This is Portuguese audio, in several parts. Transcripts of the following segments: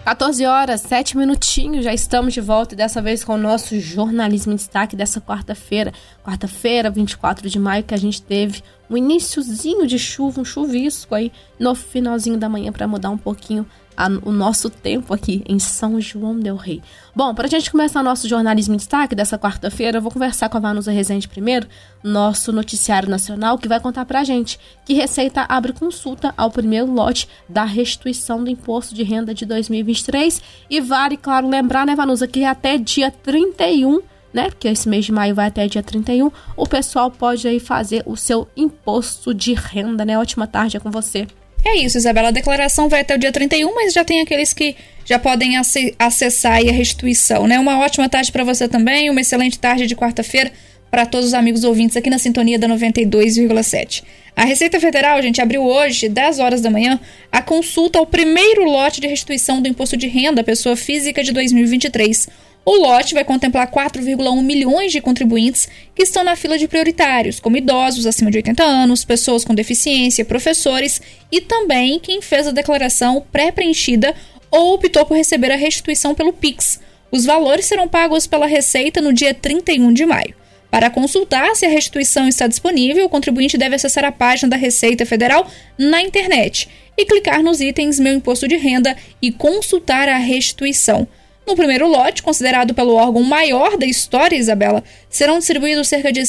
14 horas, 7 minutinhos, já estamos de volta, e dessa vez com o nosso Jornalismo em Destaque dessa quarta-feira, 24 de maio, que a gente teve um iniciozinho de chuva, um chuvisco aí no finalzinho da manhã para mudar um pouquinho o nosso tempo aqui em São João del Rei. Bom, para a gente começar nosso Jornalismo em Destaque dessa quarta-feira, eu vou conversar com a Vanusa Rezende primeiro, nosso noticiário nacional, que vai contar pra gente que Receita abre consulta ao primeiro lote da restituição do Imposto de Renda de 2023. E vale, claro, lembrar, né, Vanusa, que até dia 31, né, porque esse mês de maio vai até dia 31, o pessoal pode aí fazer o seu imposto de renda, né? Ótima tarde, é com você. É isso, Isabela, a declaração vai até o dia 31, mas já tem aqueles que já podem acessar aí a restituição, né? Uma ótima tarde para você também, uma excelente tarde de quarta-feira para todos os amigos ouvintes aqui na sintonia da 92,7. A Receita Federal, gente, abriu hoje, 10 horas da manhã, a consulta ao primeiro lote de restituição do Imposto de Renda à Pessoa Física de 2023. O lote vai contemplar 4,1 milhões de contribuintes que estão na fila de prioritários, como idosos acima de 80 anos, pessoas com deficiência, professores e também quem fez a declaração pré-preenchida ou optou por receber a restituição pelo Pix. Os valores serão pagos pela Receita no dia 31 de maio. Para consultar se a restituição está disponível, o contribuinte deve acessar a página da Receita Federal na internet e clicar nos itens Meu Imposto de Renda e consultar a restituição. No primeiro lote, considerado pelo órgão maior da história, Isabela, serão distribuídos cerca de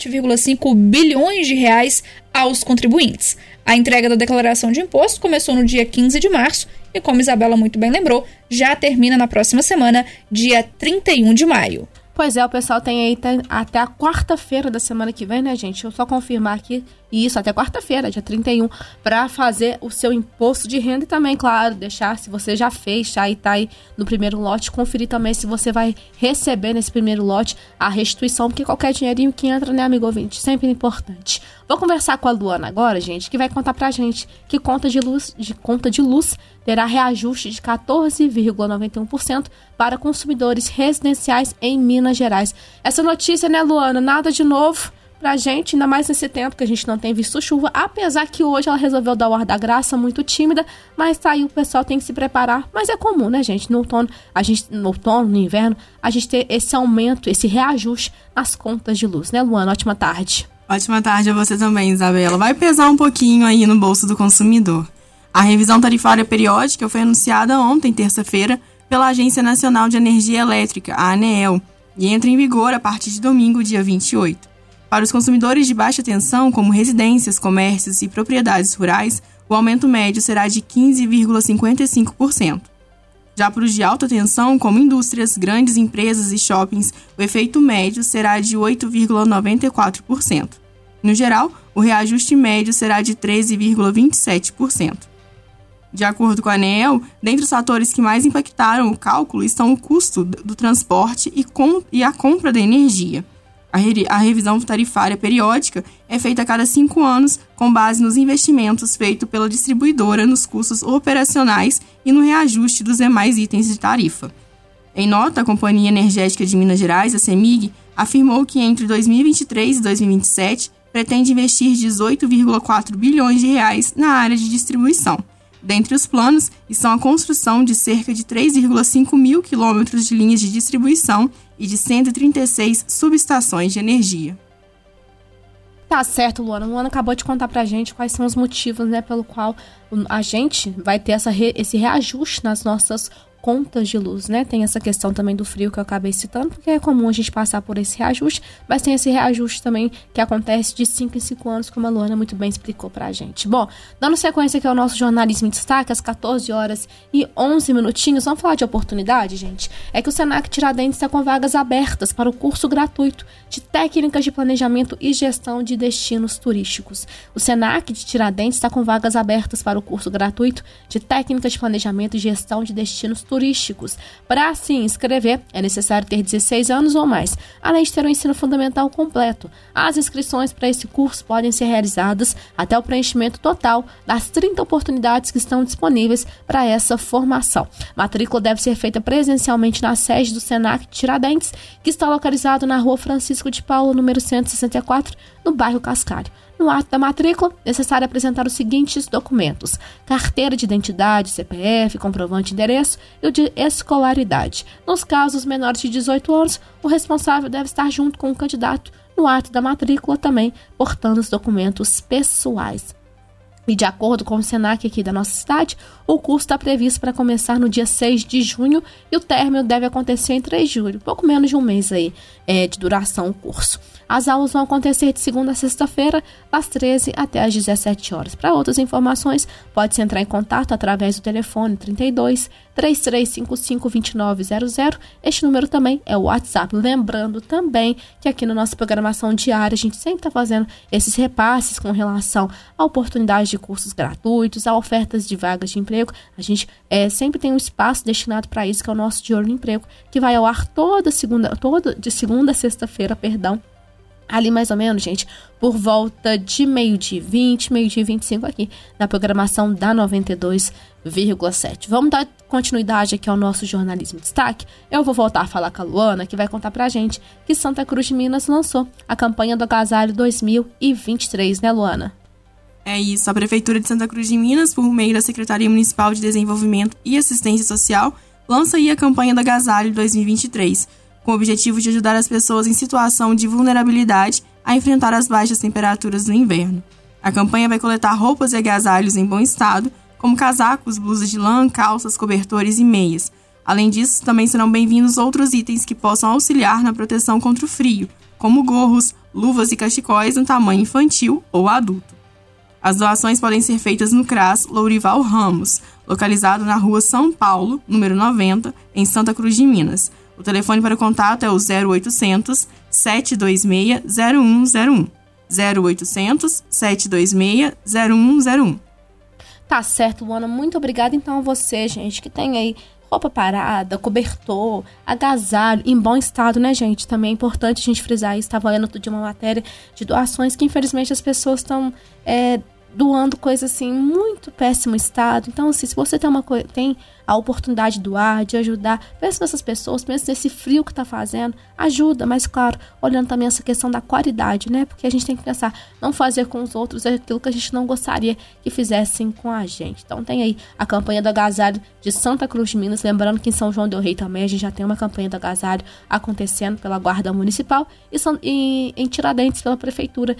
7,5 bilhões de reais aos contribuintes. A entrega da declaração de imposto começou no dia 15 de março e, como Isabela muito bem lembrou, já termina na próxima semana, dia 31 de maio. Pois é, o pessoal tem aí até a quarta-feira da semana que vem, né, gente? Deixa eu só confirmar aqui, isso, até quarta-feira, dia 31, para fazer o seu imposto de renda e também, claro, deixar, se você já fez, já está aí no primeiro lote, conferir também se você vai receber nesse primeiro lote a restituição, porque qualquer dinheirinho que entra, né, amigo ouvinte, sempre é importante. Vou conversar com a Luana agora, gente, que vai contar pra gente que conta de luz terá reajuste de 14,91% para consumidores residenciais em Minas Gerais. Essa notícia, né, Luana, nada de novo pra gente, ainda mais nesse tempo que a gente não tem visto chuva, apesar que hoje ela resolveu dar o ar da graça, muito tímida, mas tá aí, o pessoal tem que se preparar, mas é comum, né, gente, no outono, no inverno, a gente ter esse aumento, esse reajuste nas contas de luz, né, Luana? Ótima tarde. Ótima tarde a você também, Isabela. Vai pesar um pouquinho aí no bolso do consumidor. A revisão tarifária periódica foi anunciada ontem, terça-feira, pela Agência Nacional de Energia Elétrica, a ANEEL, e entra em vigor a partir de domingo, dia 28. Para os consumidores de baixa tensão, como residências, comércios e propriedades rurais, o aumento médio será de 15,55%. Já para os de alta tensão, como indústrias, grandes empresas e shoppings, o efeito médio será de 8,94%. No geral, o reajuste médio será de 13,27%. De acordo com a ANEEL, dentre os fatores que mais impactaram o cálculo estão o custo do transporte e a compra da energia. A revisão tarifária periódica é feita a cada 5 anos, com base nos investimentos feitos pela distribuidora nos custos operacionais e no reajuste dos demais itens de tarifa. Em nota, a Companhia Energética de Minas Gerais, a CEMIG, afirmou que entre 2023 e 2027 pretende investir 18,4 bilhões de reais na área de distribuição. Dentre os planos estão a construção de cerca de 3,5 mil quilômetros de linhas de distribuição e de 136 subestações de energia. Tá certo, Luana. Luana acabou de contar pra gente quais são os motivos, né, pelo qual a gente vai ter esse reajuste nas nossas contas de luz, né? Tem essa questão também do frio que eu acabei citando, porque é comum a gente passar por esse reajuste, mas tem esse reajuste também que acontece de 5 em 5 anos, como a Luana muito bem explicou pra gente. Bom, dando sequência aqui ao nosso Jornalismo em Destaque, às 14 horas e 11 minutinhos, vamos falar de oportunidade, gente? É que o Senac Tiradentes está com vagas abertas para o curso gratuito de Técnicas de Planejamento e Gestão de Destinos Turísticos. O Senac de Tiradentes está com vagas abertas para o curso gratuito de Técnicas de Planejamento e Gestão de Destinos Turísticos. Para se inscrever, é necessário ter 16 anos ou mais, além de ter o ensino fundamental completo. As inscrições para esse curso podem ser realizadas até o preenchimento total das 30 oportunidades que estão disponíveis para essa formação. Matrícula deve ser feita presencialmente na sede do Senac Tiradentes, que está localizado na Rua Francisco de Paula, número 164, no bairro Cascalho. No ato da matrícula, é necessário apresentar os seguintes documentos: carteira de identidade, CPF, comprovante de endereço e o de escolaridade. Nos casos menores de 18 anos, o responsável deve estar junto com o candidato no ato da matrícula também, portando os documentos pessoais. E de acordo com o SENAC aqui da nossa cidade, o curso está previsto para começar no dia 6 de junho e o término deve acontecer em 3 de julho, pouco menos de um mês aí de duração o curso. As aulas vão acontecer de segunda a sexta-feira, das 13 até as 17 horas. Para outras informações, pode-se entrar em contato através do telefone 32 3355 2900. Este número também é o WhatsApp. Lembrando também que aqui na nossa programação diária, a gente sempre está fazendo esses repasses com relação a oportunidades de cursos gratuitos, a ofertas de vagas de emprego. A gente sempre tem um espaço destinado para isso, que é o nosso De Olho no Emprego, que vai ao ar de segunda a sexta-feira, ali mais ou menos, gente, por volta de 12h20, 12h25 aqui na programação da 92,7. Vamos dar continuidade aqui ao nosso jornalismo de destaque. Eu vou voltar a falar com a Luana, que vai contar pra gente que Santa Cruz de Minas lançou a campanha do Agasalho 2023, né, Luana? É isso, a Prefeitura de Santa Cruz de Minas, por meio da Secretaria Municipal de Desenvolvimento e Assistência Social, lança aí a campanha do Agasalho 2023, com o objetivo de ajudar as pessoas em situação de vulnerabilidade a enfrentar as baixas temperaturas do inverno. A campanha vai coletar roupas e agasalhos em bom estado, como casacos, blusas de lã, calças, cobertores e meias. Além disso, também serão bem-vindos outros itens que possam auxiliar na proteção contra o frio, como gorros, luvas e cachecóis no tamanho infantil ou adulto. As doações podem ser feitas no CRAS Lourival Ramos, localizado na rua São Paulo, número 90, em Santa Cruz de Minas. O telefone para contato é o 0800 726 0101. 0800 726 0101. Tá certo, Luana. Muito obrigada então a você, gente, que tem aí roupa parada, cobertor, agasalho em bom estado, né, gente? Também é importante a gente frisar isso. Estava lendo outro dia uma matéria de doações que, infelizmente, as pessoas estão doando coisas assim, muito péssimo estado. Então, assim, se você tem a oportunidade de doar, de ajudar, pensa nessas pessoas, pensa nesse frio que tá fazendo, ajuda, mas claro, olhando também essa questão da qualidade, né? Porque a gente tem que pensar, não fazer com os outros aquilo que a gente não gostaria que fizessem com a gente. Então tem aí a campanha do agasalho de Santa Cruz de Minas, lembrando que em São João del Rei também a gente já tem uma campanha do agasalho acontecendo pela Guarda Municipal e em Tiradentes pela Prefeitura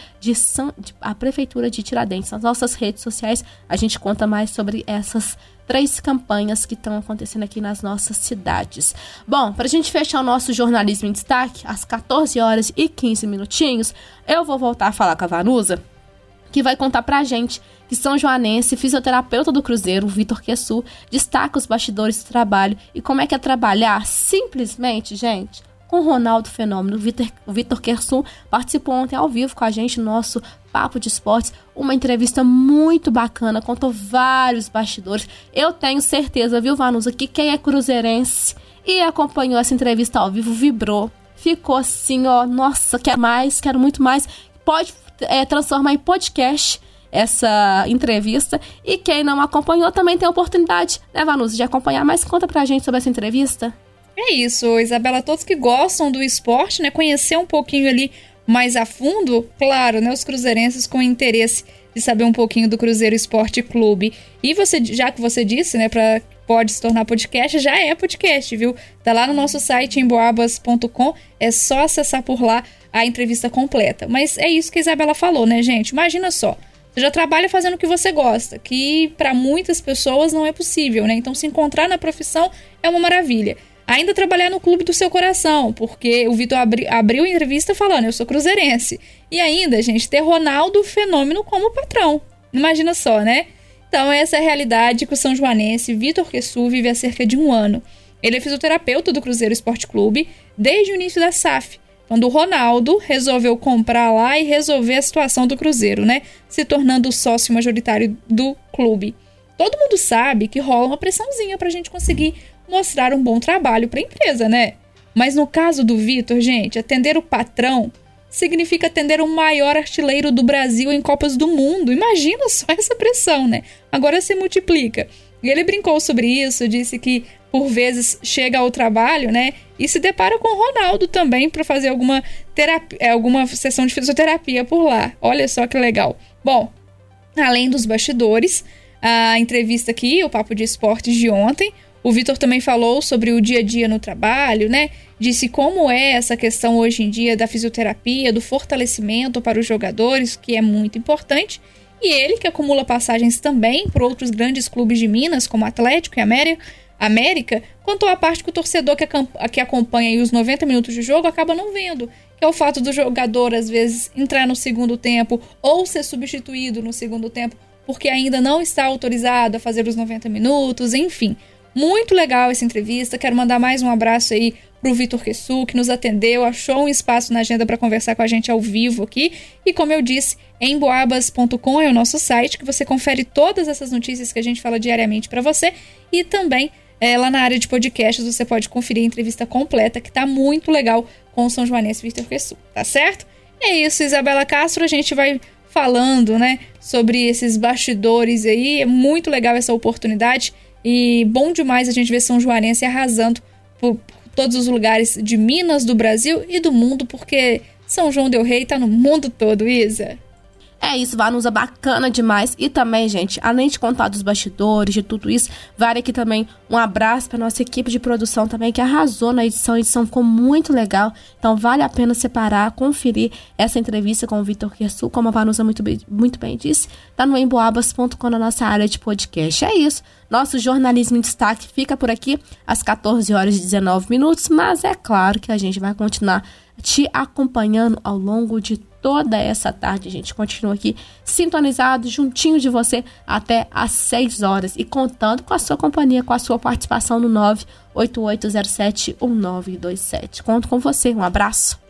a Prefeitura de Tiradentes. Nas nossas redes sociais a gente conta mais sobre essas 3 campanhas que estão acontecendo aqui nas nossas cidades. Bom, para a gente fechar o nosso jornalismo em destaque, às 14 horas e 15 minutinhos, eu vou voltar a falar com a Vanusa, que vai contar pra gente que São Joanense, fisioterapeuta do Cruzeiro, o Vitor Quessu, destaca os bastidores do trabalho e como é que é trabalhar simplesmente, gente, com o Ronaldo Fenômeno. O Vitor Quessu participou ontem ao vivo com a gente no nosso Papo de Esportes, uma entrevista muito bacana, contou vários bastidores. Eu tenho certeza, viu, Vanusa, que quem é cruzeirense e acompanhou essa entrevista ao vivo vibrou, ficou assim, ó, nossa, quero mais, quero muito mais. Pode transformar em podcast essa entrevista, e quem não acompanhou também tem a oportunidade, né, Vanusa, de acompanhar. Mas conta pra gente sobre essa entrevista. É isso, Isabela, todos que gostam do esporte, né, conhecer um pouquinho ali mais a fundo, claro, né, os cruzeirenses com interesse de saber um pouquinho do Cruzeiro Esporte Clube. E você, já que você disse, né, pode se tornar podcast, já é podcast, viu? Tá lá no nosso site, emboabas.com, é só acessar por lá a entrevista completa. Mas é isso que a Isabela falou, né, gente? Imagina só, você já trabalha fazendo o que você gosta, que para muitas pessoas não é possível, né? Então se encontrar na profissão é uma maravilha. Ainda trabalhar no clube do seu coração, porque o Vitor abriu a entrevista falando, eu sou cruzeirense. E ainda, gente, ter Ronaldo Fenômeno como patrão. Imagina só, né? Então essa é a realidade que o são joanense Vitor Quessu vive há cerca de 1 ano. Ele é fisioterapeuta do Cruzeiro Esporte Clube desde o início da SAF, quando o Ronaldo resolveu comprar lá e resolver a situação do Cruzeiro, né? Se tornando o sócio majoritário do clube. Todo mundo sabe que rola uma pressãozinha pra gente conseguir mostrar um bom trabalho para a empresa, né? Mas no caso do Vitor, gente, atender o patrão significa atender o maior artilheiro do Brasil em Copas do Mundo. Imagina só essa pressão, né? Agora se multiplica. E ele brincou sobre isso, disse que por vezes chega ao trabalho, né? e se depara com o Ronaldo também para fazer alguma sessão de fisioterapia por lá. Olha só que legal. Bom, além dos bastidores, a entrevista aqui, o Papo de Esportes de ontem, o Vitor também falou sobre o dia a dia no trabalho, né? Disse como é essa questão hoje em dia da fisioterapia, do fortalecimento para os jogadores, que é muito importante. E ele, que acumula passagens também por outros grandes clubes de Minas, como Atlético e América, contou a parte que o torcedor que acompanha aí os 90 minutos de jogo acaba não vendo, que é o fato do jogador, às vezes, entrar no segundo tempo ou ser substituído no segundo tempo, porque ainda não está autorizado a fazer os 90 minutos, enfim. Muito legal essa entrevista, quero mandar mais um abraço aí pro Vitor Quessu, que nos atendeu, achou um espaço na agenda para conversar com a gente ao vivo aqui, e como eu disse, emboabas.com é o nosso site, que você confere todas essas notícias que a gente fala diariamente para você, e também lá na área de podcasts você pode conferir a entrevista completa, que tá muito legal com o São Joanense Vitor Quessu, tá certo? É isso, Isabela Castro, a gente vai falando, né, sobre esses bastidores aí, é muito legal essa oportunidade, e bom demais a gente ver São Joanense arrasando por todos os lugares de Minas, do Brasil e do mundo, porque São João del Rei tá no mundo todo, Isa. É isso, Vanusa, bacana demais. E também, gente, além de contar dos bastidores, de tudo isso, vale aqui também um abraço para nossa equipe de produção também, que arrasou na edição. A edição ficou muito legal. Então, vale a pena separar, conferir essa entrevista com o Vitor Quessu, como a Vanusa muito bem disse. Tá no emboabas.com, na nossa área de podcast. É isso. Nosso jornalismo em destaque fica por aqui às 14h19, mas é claro que a gente vai continuar te acompanhando ao longo de toda essa tarde. A gente continua aqui sintonizado, juntinho de você até às 6 horas e contando com a sua companhia, com a sua participação no 988071927. Conto com você. Um abraço.